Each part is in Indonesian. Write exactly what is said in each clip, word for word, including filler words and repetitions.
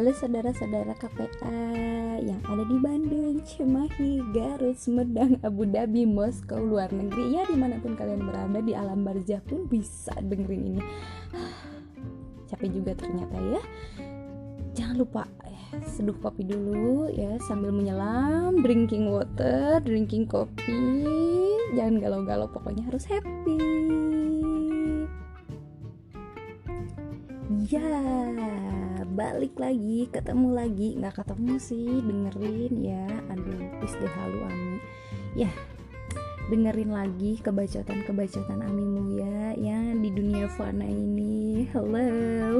Halo saudara-saudara K P A yang ada di Bandung, Cimahi, Garut, Sumedang, Abu Dhabi, Moskow, luar negeri, ya dimanapun kalian berada di alam barzah pun bisa dengerin ini. Capek juga ternyata ya. Jangan lupa eh, seduh kopi dulu ya sambil menyelam, drinking water, drinking kopi. Jangan galau-galau, pokoknya harus happy. Ya, balik lagi, ketemu lagi, nggak ketemu sih, dengerin ya, aduh, please deh halu Ami, ya, dengerin lagi kebacotan-kebacotan Amimu ya, ya di dunia fana ini. Halo,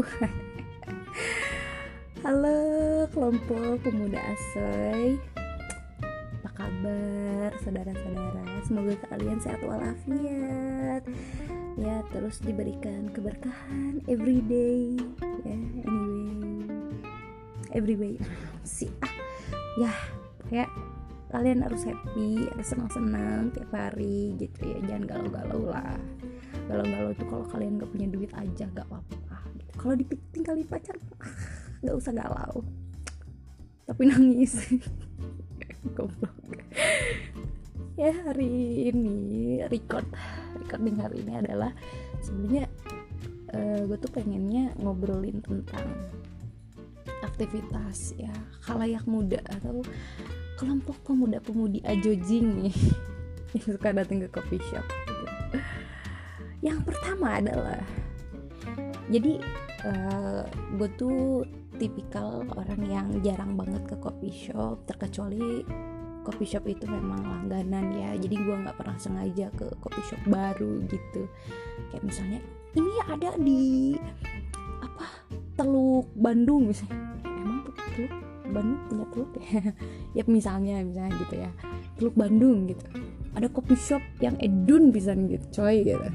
halo kelompok pemuda Asoy, apa kabar saudara-saudara? Semoga kalian sehat walafiat. Ya, terus diberikan keberkahan everyday ya, anyway everyway sih ah ya, kayak kalian harus happy, harus senang-senang tiap hari gitu ya, jangan galau-galau lah. Galau-galau tuh kalau kalian gak punya duit aja gak apa-apa gitu. Kalau ditinggalin pacar ah, gak usah galau tapi nangis. Goblok. Ya, hari ini record recording hari ini adalah sebenarnya uh, gue tuh pengennya ngobrolin tentang aktivitas ya khalayak muda atau kelompok pemuda-pemudi ajojing nih yang suka datang ke coffee shop gitu. Yang pertama adalah, jadi uh, gue tuh tipikal orang yang jarang banget ke coffee shop, terkecuali coffee shop itu memang langganan ya, jadi gue nggak pernah sengaja ke coffee shop baru gitu. Kayak misalnya ini ada di apa Teluk Bandung misalnya, emang Teluk Bandung punya teluk ya? Ya misalnya misalnya gitu ya, Teluk Bandung gitu, ada coffee shop yang edun pisan gitu coy gitu.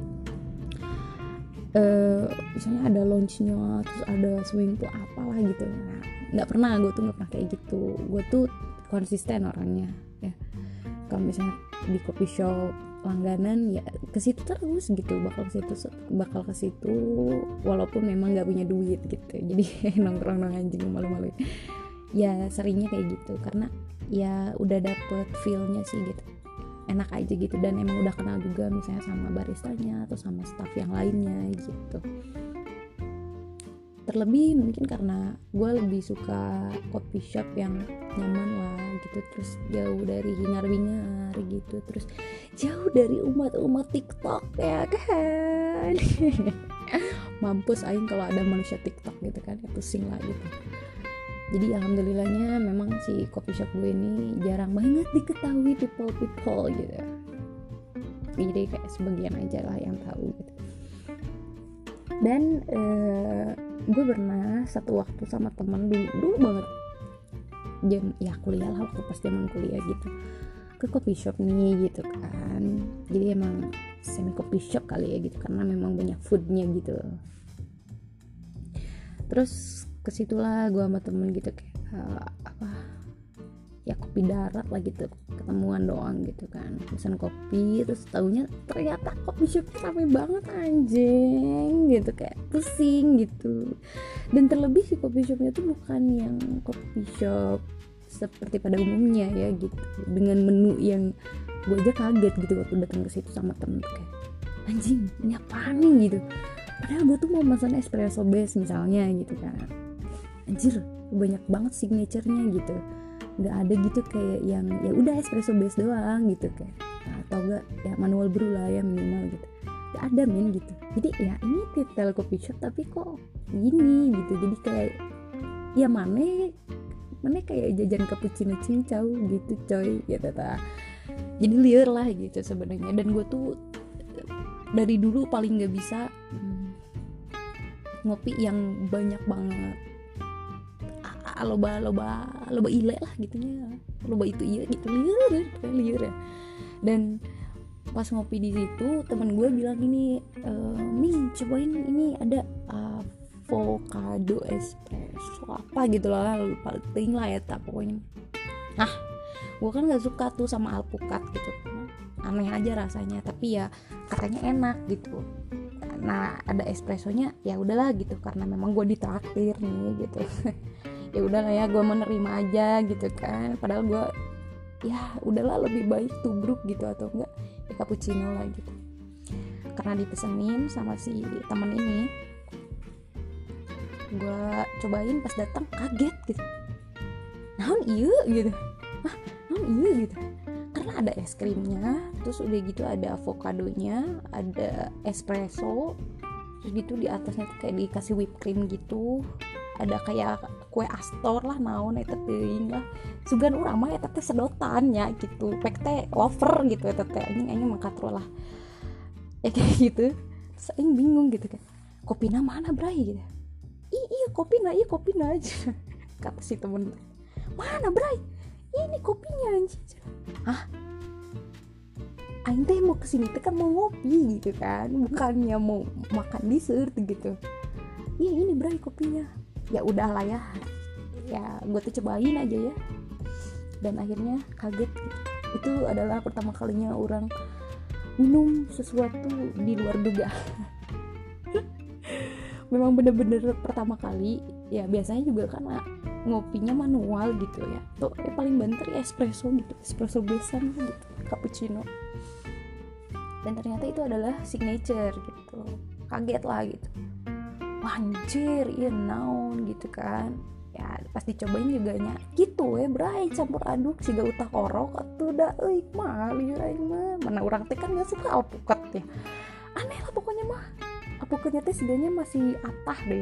Uh, misalnya ada lounge-nya, terus ada swimming pool apalah gitu. Nah, nggak pernah, gue tuh nggak pernah kayak gitu. Gue tuh konsisten orangnya ya. Kalau misalnya di coffee shop langganan ya ke situ terus gitu, bakal ke situ bakal ke situ walaupun memang nggak punya duit gitu. Jadi nongkrong nong anjing malu-malu. Ya seringnya kayak gitu karena ya udah dapet feel-nya sih gitu. Enak aja gitu, dan emang udah kenal juga misalnya sama baristanya atau sama staff yang lainnya gitu. Terlebih mungkin karena gue lebih suka coffee shop yang nyaman lah gitu, terus jauh dari hingar-bingar gitu, terus jauh dari umat-umat TikTok ya kan. Mampus aing kalau ada manusia TikTok gitu kan, ya pusing lah gitu. Jadi alhamdulillahnya memang si coffee shop gue ini jarang banget diketahui people-people gitu. Jadi kayak sebagian aja lah yang tahu gitu. Dan ee, gue pernah satu waktu sama teman dulu, dulu banget jam ya kuliah lah, waktu pas zaman kuliah gitu, ke coffee shop nih gitu kan. Jadi emang semi coffee shop kali ya gitu, karena memang banyak foodnya gitu. Terus kesitulah gue sama temen gitu kayak uh, apa ya kopi darat lah gitu, ketemuan doang gitu kan, pesan kopi, terus taunya ternyata kopi shopnya rame banget anjing gitu, kayak pusing gitu. Dan terlebih si kopi shopnya tuh bukan yang kopi shop seperti pada umumnya ya gitu, dengan menu yang gue aja kaget gitu waktu datang ke situ sama temen tuh kayak anjing ini apaan nih gitu. Padahal gue tuh mau pesan espresso base misalnya gitu kan, anjir banyak banget signaturenya gitu, nggak ada gitu kayak yang ya udah espresso base doang gitu kayak, atau enggak ya manual brew lah ya minimal gitu, nggak ada men gitu. Jadi ya ini titel coffee shop tapi kok gini gitu, jadi kayak ya mana mana kayak jajan cappuccino cincau gitu coy gitu ta. Jadi liar lah gitu sebenarnya. Dan gue tuh dari dulu paling nggak bisa hmm, ngopi yang banyak banget, loba loba loba ile lah gitunya, loba itu iya gitu, liur liur ya. Dan pas ngopi di situ teman gue bilang ini e, Ming cobain ini ada avocado espresso apa gitu lah, lupa ting lah ya tak pokoknya. Nah gue kan nggak suka tuh sama alpukat gitu, aneh aja rasanya, tapi ya katanya enak gitu. Nah ada espressonya ya udahlah gitu, karena memang gue ditraktir nih gitu. ya udahlah ya, gue menerima aja gitu kan. Padahal gue ya udahlah, lebih baik tubruk gitu atau enggak ya cappuccino lah gitu. Karena dipesenin sama si teman ini, gue cobain, pas datang kaget gitu, naon ieu gitu, ah naon ieu gitu, karena ada es krimnya, terus udah gitu ada avokadonya, ada espresso, terus gitu di atasnya tuh kayak dikasih whipped cream gitu, ada kayak kue astor lah, naon eta teuing lah, sugan urang mah eta teh sedotannya gitu, pek teh lover gitu eta teh, anjing anjing mangkatro lah ya kayak gitu. Terus aing bingung gitu kan, kopina mana bray gitu, ih iya kopina, iya kopina aja kata si temen, mana bray, ini kopinya anjing. Hah, aing teh mau kesini teh kan mau ngopi gitu kan, bukannya mau makan dessert gitu. Iya ini bray kopinya. Ya udahlah ya, ya gue tuh cobain aja ya, dan akhirnya kaget gitu. Itu adalah pertama kalinya orang minum sesuatu di luar dugaan. Memang bener-bener pertama kali ya, biasanya juga kan ngopinya manual gitu ya, tuh eh, paling banter ya espresso gitu, espresso besan gitu, cappuccino. Dan ternyata itu adalah signature gitu, kaget lah gitu, anjir iya naon gitu kan. Ya pas dicobain juga nya gitu ya bray, campur aduk siga utah korok atuh da euy mah lieur aing mah, mana urang teh kan gak suka alpukat ya, aneh lah pokoknya mah. Alpukatnya teh siganya masih atah deh.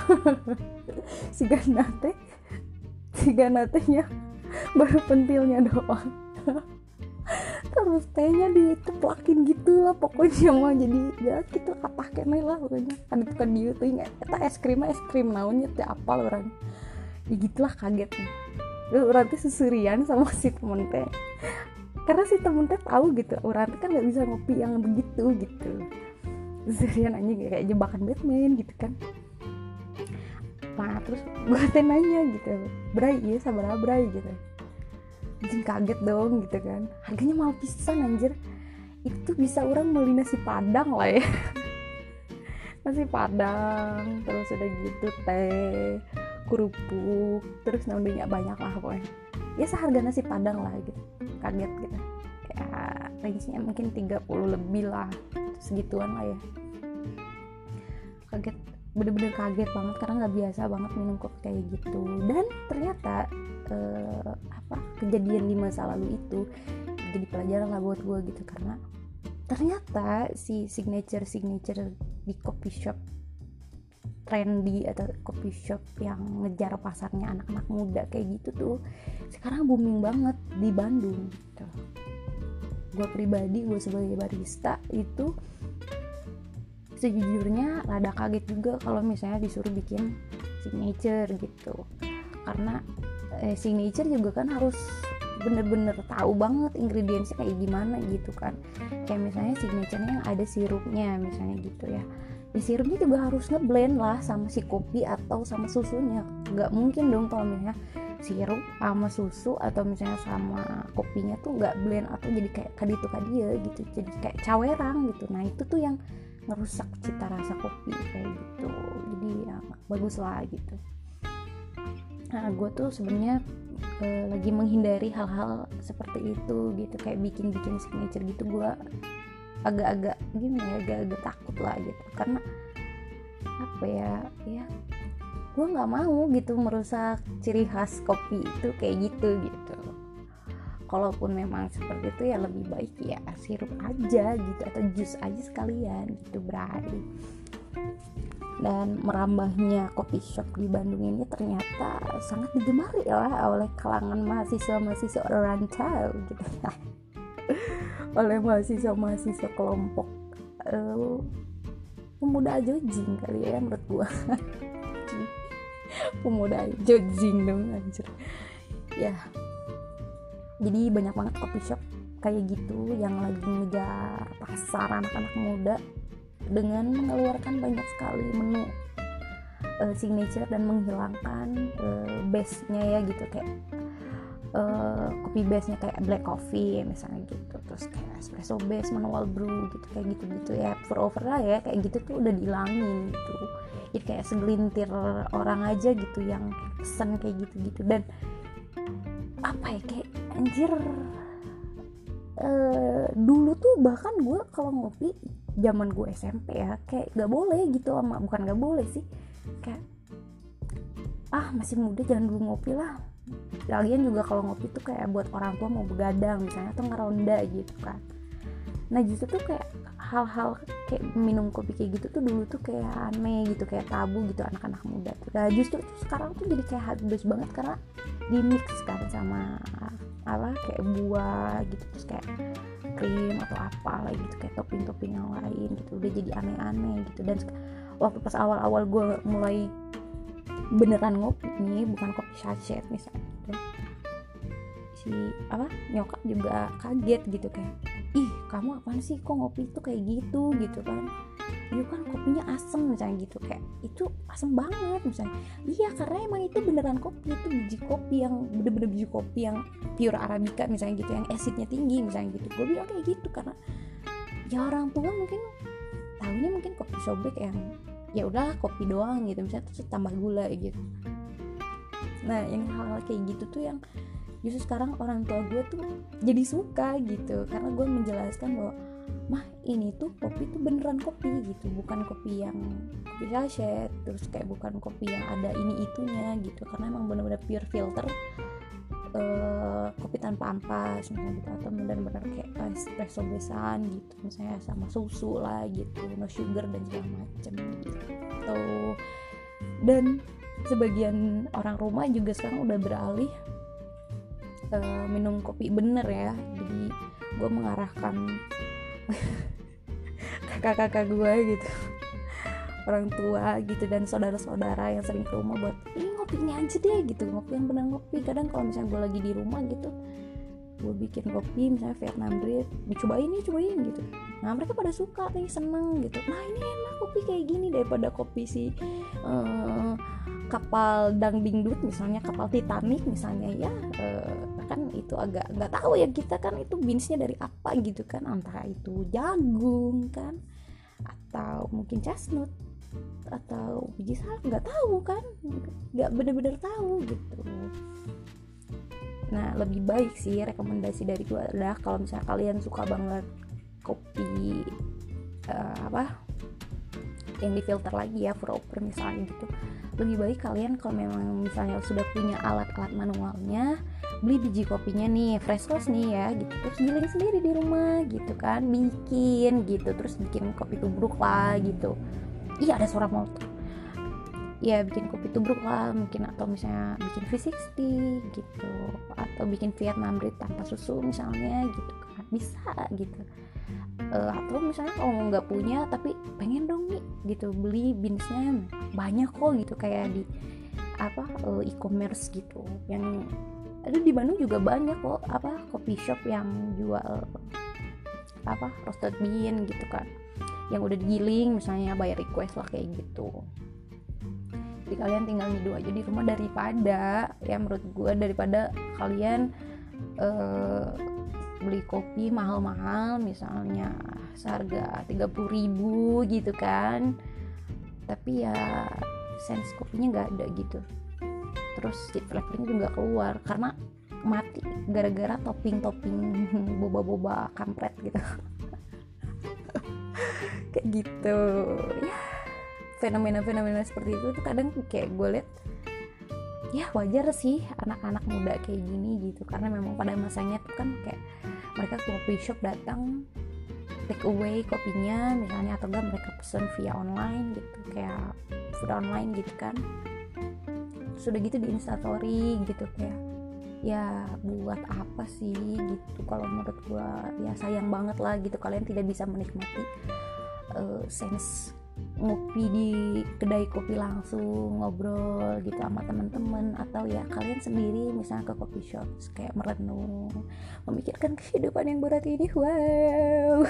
sigana teh sigana tehnya baru pentilnya doang. Terus tehnya diteplakin gitu lah pokoknya mah, jadi ya gitu atah kene lah pokoknya. Kan itu kan dia tuh eta es krim es krim naonnya teh apal orang. Ya gitulah kaget nih. Terus orang tuh susurian sama si temen teh, karena si temen teh tahu gitu orang tuh kan nggak bisa ngopi yang begitu gitu. Susurian anjing kayak jebakan Batman gitu kan. Nah terus gue teh nanya gitu, bray iya sabaraha bray gitu, anjing kaget dong gitu kan, harganya mahal pisan anjir. Itu bisa orang beli nasi padang lah ya. Nasi padang, terus udah gitu teh, kerupuk, terus namanya banyak lah pokoknya. Ya seharga nasi padang lah gitu. Kaget gitu. Ya range-nya mungkin tiga puluh lebih lah, segituan lah ya. Kaget, bener-bener kaget banget karena nggak biasa banget minum kopi kayak gitu. Dan ternyata eh, apa kejadian di masa lalu itu jadi pelajaran lah buat gue gitu, karena ternyata si signature signature di coffee shop trendy atau coffee shop yang ngejar pasarnya anak-anak muda kayak gitu tuh sekarang booming banget di Bandung gitu. Gue pribadi, gue sebagai barista itu sejujurnya rada kaget juga kalau misalnya disuruh bikin signature gitu, karena eh, signature juga kan harus bener-bener tahu banget ingredientsnya kayak gimana gitu kan. Kayak misalnya signaturenya yang ada sirupnya misalnya gitu ya, ya sirupnya juga harus ngeblend lah sama si kopi atau sama susunya. Gak mungkin dong kalau misalnya sirup sama susu atau misalnya sama kopinya tuh gak blend atau jadi kayak kaditu kadia gitu, jadi kayak cawerang gitu. Nah itu tuh yang ngerusak cita rasa kopi kayak gitu, jadi ya bagus lah gitu. Nah gue tuh sebenarnya e, lagi menghindari hal-hal seperti itu gitu, kayak bikin-bikin signature gitu. Gue agak-agak gimana ya, agak-agak takut lah gitu, karena apa ya ya gue nggak mau gitu merusak ciri khas kopi itu kayak gitu gitu. Kalaupun memang seperti itu ya lebih baik ya sirup aja gitu atau jus aja sekalian gitu berarti. Dan merambahnya coffee shop di Bandung ini ternyata sangat digemari lah oleh kalangan mahasiswa-mahasiswa rantau gitu. Oleh mahasiswa-mahasiswa kelompok uh, pemuda jojing kali ya menurut gua. Pemuda jojing dong anjir. Ya. Jadi banyak banget coffee shop kayak gitu yang lagi ngejar pasar anak-anak muda dengan mengeluarkan banyak sekali menu uh, signature dan menghilangkan uh, base-nya ya gitu, kayak uh, kopi base nya kayak black coffee misalnya gitu, terus kayak espresso base, manual brew gitu, kayak gitu-gitu ya, pour over lah ya, kayak gitu tuh udah dihilangin gitu. Jadi kayak segelintir orang aja gitu yang pesen kayak gitu-gitu. Dan apa ya, kayak anjir, uh, dulu tuh bahkan gue kalau ngopi zaman gue S M P ya, kayak gak boleh gitu, sama bukan gak boleh sih, kayak ah masih muda jangan dulu ngopi lah. Lagian juga kalau ngopi tuh kayak buat orang tua mau begadang misalnya atau ngeronda gitu kan. Nah justru tuh kayak hal-hal kayak minum kopi kayak gitu tuh dulu tuh kayak aneh gitu, kayak tabu gitu anak-anak muda tuh. Nah justru tuh sekarang tuh jadi kayak habis banget karena di mix kan sama apa kayak buah gitu, terus kayak krim atau apa lagi gitu, kayak topping-topping yang lain gitu, udah jadi aneh-aneh gitu. Dan waktu pas awal-awal gue mulai beneran ngopi nih, bukan kopi sachet misalnya gitu, si apa nyokap juga kaget gitu, kayak ih kamu apaan sih kok ngopi itu kayak gitu gitu kan, iya kan kopinya asem misalnya gitu, kayak itu asem banget misalnya. Iya karena emang itu beneran kopi, itu biji kopi yang bener-bener biji kopi yang pure arabica misalnya gitu, yang acidnya tinggi misalnya gitu. Gue bilang kayak gitu karena ya orang tua mungkin tahunya mungkin kopi sobek yang ya udahlah kopi doang gitu misalnya, terus tambah gula gitu. Nah yang hal-hal kayak gitu tuh yang justru sekarang orang tua gue tuh jadi suka gitu, karena gue menjelaskan bahwa mah ini tuh kopi tuh beneran kopi gitu, bukan kopi yang kopi sachet, terus kayak bukan kopi yang ada ini itunya gitu, karena emang bener-bener pure filter, uh, kopi tanpa ampas misalnya gitu, atau bener-bener kayak espresso besan gitu misalnya, sama susu lah gitu, no sugar dan segala macem gitu. Dan sebagian orang rumah juga sekarang udah beralih uh, minum kopi bener ya, jadi gue mengarahkan kakak-kakak gue gitu, orang tua gitu, dan saudara-saudara yang sering ke rumah buat ini ngopi ini aja deh gitu, ngopi yang bener ngopi. Kadang kalau misalnya gue lagi di rumah gitu, gue bikin kopi misalnya Vietnam Breed, dicobain nih cobain gitu, nah mereka pada suka nih, seneng gitu, nah ini enak kopi kayak gini daripada kopi si uh, kapal dangdingdut misalnya, kapal Titanic misalnya ya, uh, kan itu agak nggak tahu ya kita kan itu beansnya dari apa gitu kan, antara itu jagung kan atau mungkin chestnut atau biji salam, nggak tahu kan, nggak bener-bener tahu gitu. Nah lebih baik sih, rekomendasi dari gue adalah kalau misalnya kalian suka banget kopi uh, apa yang difilter lagi ya, pour over misalnya gitu, lebih baik kalian kalau memang misalnya sudah punya alat-alat manualnya, beli biji kopinya nih fresh roast nih ya gitu, terus giling sendiri di rumah gitu kan, bikin gitu, terus bikin kopi tubruk lah gitu. Iya ada suara motor ya, bikin kopi tubruk lah mungkin, atau misalnya bikin V enam puluh gitu, atau bikin Vietnam Breed tanpa susu misalnya gitu kan, bisa gitu. Uh, atau misalnya kalau nggak punya tapi pengen dong nih gitu, beli beansnya banyak kok gitu, kayak di apa uh, e-commerce gitu, yang ada di Bandung juga banyak kok apa coffee shop yang jual apa roasted bean gitu kan, yang udah digiling misalnya, by request lah kayak gitu. Jadi kalian tinggal nyeduh aja di rumah daripada ya menurut gue, daripada kalian uh, beli kopi mahal-mahal misalnya seharga tiga puluh ribu gitu kan, tapi ya sense kopinya nggak ada gitu, terus flavornya juga nggak keluar karena mati gara-gara topping-topping boba-boba kampret gitu. Kayak gitu ya, fenomena-fenomena seperti itu tuh kadang kayak gue liat ya wajar sih anak-anak muda kayak gini gitu, karena memang pada masanya tuh kan kayak mereka ke coffee shop datang take away kopinya misalnya, atau enggak mereka pesen via online gitu, kayak food online gitu kan, sudah gitu di instastory gitu, kayak ya buat apa sih gitu. Kalau menurut gua ya sayang banget lah gitu, kalian tidak bisa menikmati uh, sense ngopi di kedai kopi langsung, ngobrol gitu sama teman-teman, atau ya kalian sendiri misalnya ke coffee shop kayak merenung, memikirkan kehidupan yang berat ini. Wow.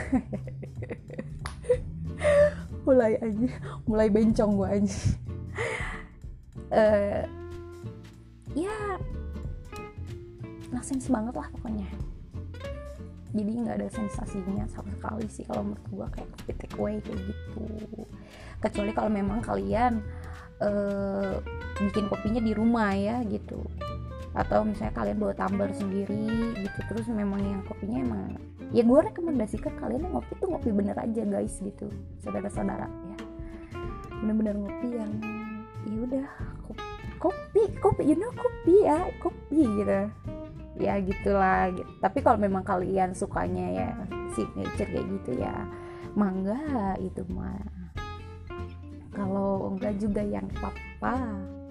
mulai aja mulai bencong gue aja. uh, ya sense banget lah pokoknya. Jadi nggak ada sensasinya sama sekali sih kalau menurut gue kayak kopi take away kayak gitu. Kecuali kalau memang kalian uh, bikin kopinya di rumah ya gitu, atau misalnya kalian bawa tumbler sendiri gitu, terus memang yang kopinya emang ya gue rekomendasikan kalian ngopi tuh ngopi bener aja guys gitu, saudara-saudara ya, bener-bener ngopi yang ya udah kopi kopi you know kopi ya kopi gitu ya gitulah gitu. Tapi kalau memang kalian sukanya ya signature kayak gitu ya mangga itu mah, kalau enggak juga yang apa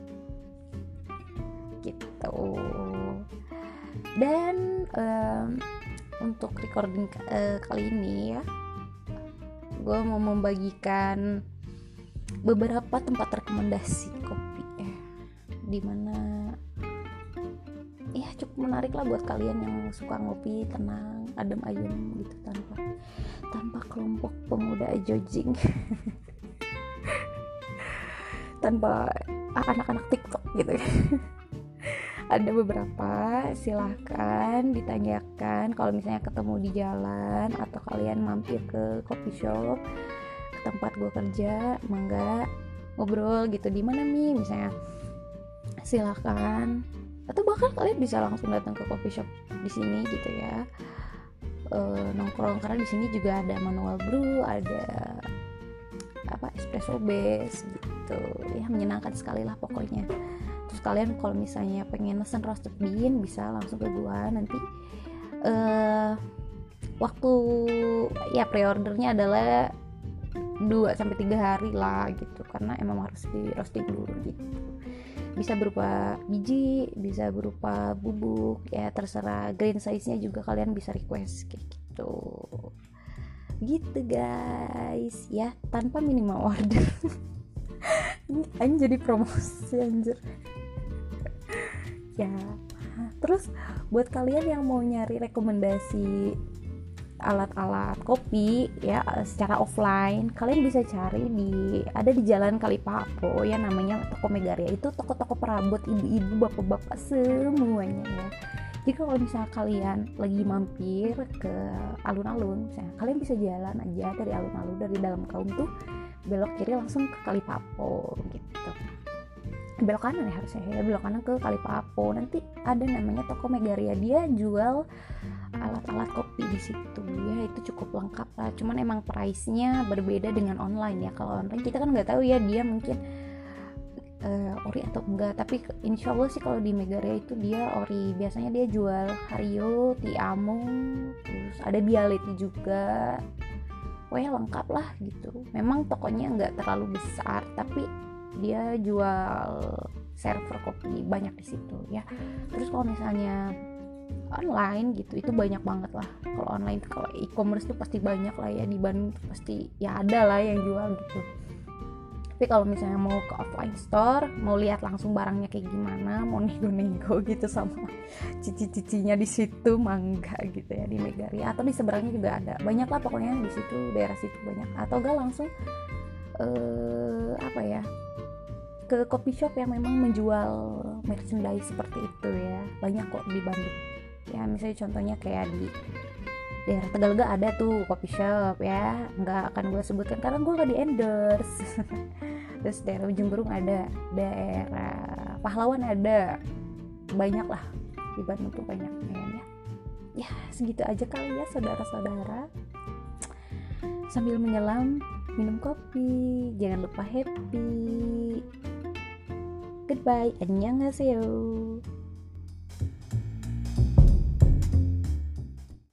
gitu. Dan um, untuk recording uh, kali ini ya gue mau membagikan beberapa tempat rekomendasi kopi ya, dimana ya cukup menarik lah buat kalian yang suka ngopi tenang, adem ayem gitu, tanpa tanpa kelompok pemuda jojing tanpa anak-anak TikTok gitu. Ada beberapa, silahkan ditanyakan kalau misalnya ketemu di jalan atau kalian mampir ke coffee shop, ke tempat gue kerja, mangga ngobrol gitu, di mana Mi misalnya, silahkan. Atau bahkan kalian bisa langsung datang ke coffee shop di sini gitu ya, e, nongkrong, karena di sini juga ada manual brew, ada apa espresso base gitu ya, menyenangkan sekali lah pokoknya. Terus kalian kalau misalnya pengen mesen roasted bean bisa langsung ke gua nanti. Uh, waktu ya pre-ordernya adalah dua sampai tiga hari lah gitu, karena emang harus di roasting dulu gitu. Bisa berupa biji, bisa berupa bubuk ya, terserah. Grain size-nya juga kalian bisa request kayak gitu. Gitu guys ya, tanpa minimal order. Ini anjir jadi promosi anjir ya. Terus buat kalian yang mau nyari rekomendasi alat-alat kopi ya secara offline, kalian bisa cari di ada di Jalan Kalipapo ya, namanya Toko Megaria. Itu toko-toko perabot ibu-ibu, bapak-bapak semuanya ya. Jadi kalau misalnya kalian lagi mampir ke alun-alun, misalnya kalian bisa jalan aja dari alun-alun, dari dalam kaum tuh belok kiri langsung ke Kalipapo gitu. Belok kanan ya harusnya ya, belok kanan ke Kalipapo. Nanti ada namanya Toko Megaria, dia jual alat-alat kopi di situ ya, itu cukup lengkap lah. Cuman emang price-nya berbeda dengan online ya. Kalau online kita kan nggak tahu ya dia mungkin uh, ori atau enggak, tapi insya Allah sih kalau di Megaria itu dia ori. Biasanya dia jual Hario, Tiamo, terus ada Bialetti juga. Pokoknya lengkap lah gitu. Memang tokonya nggak terlalu besar, tapi dia jual server kopi banyak di situ ya. Terus kalau misalnya online gitu itu banyak banget lah. Kalau online, kalau e-commerce tuh pasti banyak lah ya, di Bandung tuh pasti ya ada lah yang jual gitu. Tapi kalau misalnya mau ke offline store, mau lihat langsung barangnya kayak gimana, mau nego-nego gitu sama cici-cicinya di situ, mangga gitu ya di Megaria, atau di seberangnya juga ada. Banyak lah pokoknya di situ, daerah situ banyak. Atau enggak langsung eh, apa ya, ke coffee shop yang memang menjual merchandise seperti itu ya, banyak kok di Bandung ya. Misalnya contohnya kayak di daerah Tegalega ada tuh coffee shop ya, nggak akan gue sebutkan karena gue nggak di endorse. Terus daerah Ujung Berung ada, daerah Pahlawan ada, banyak lah di Bandung tuh banyak ya. Ya segitu aja kali ya saudara-saudara. Sambil menyelam minum kopi, jangan lupa happy. Goodbye, annyeonghaseyo.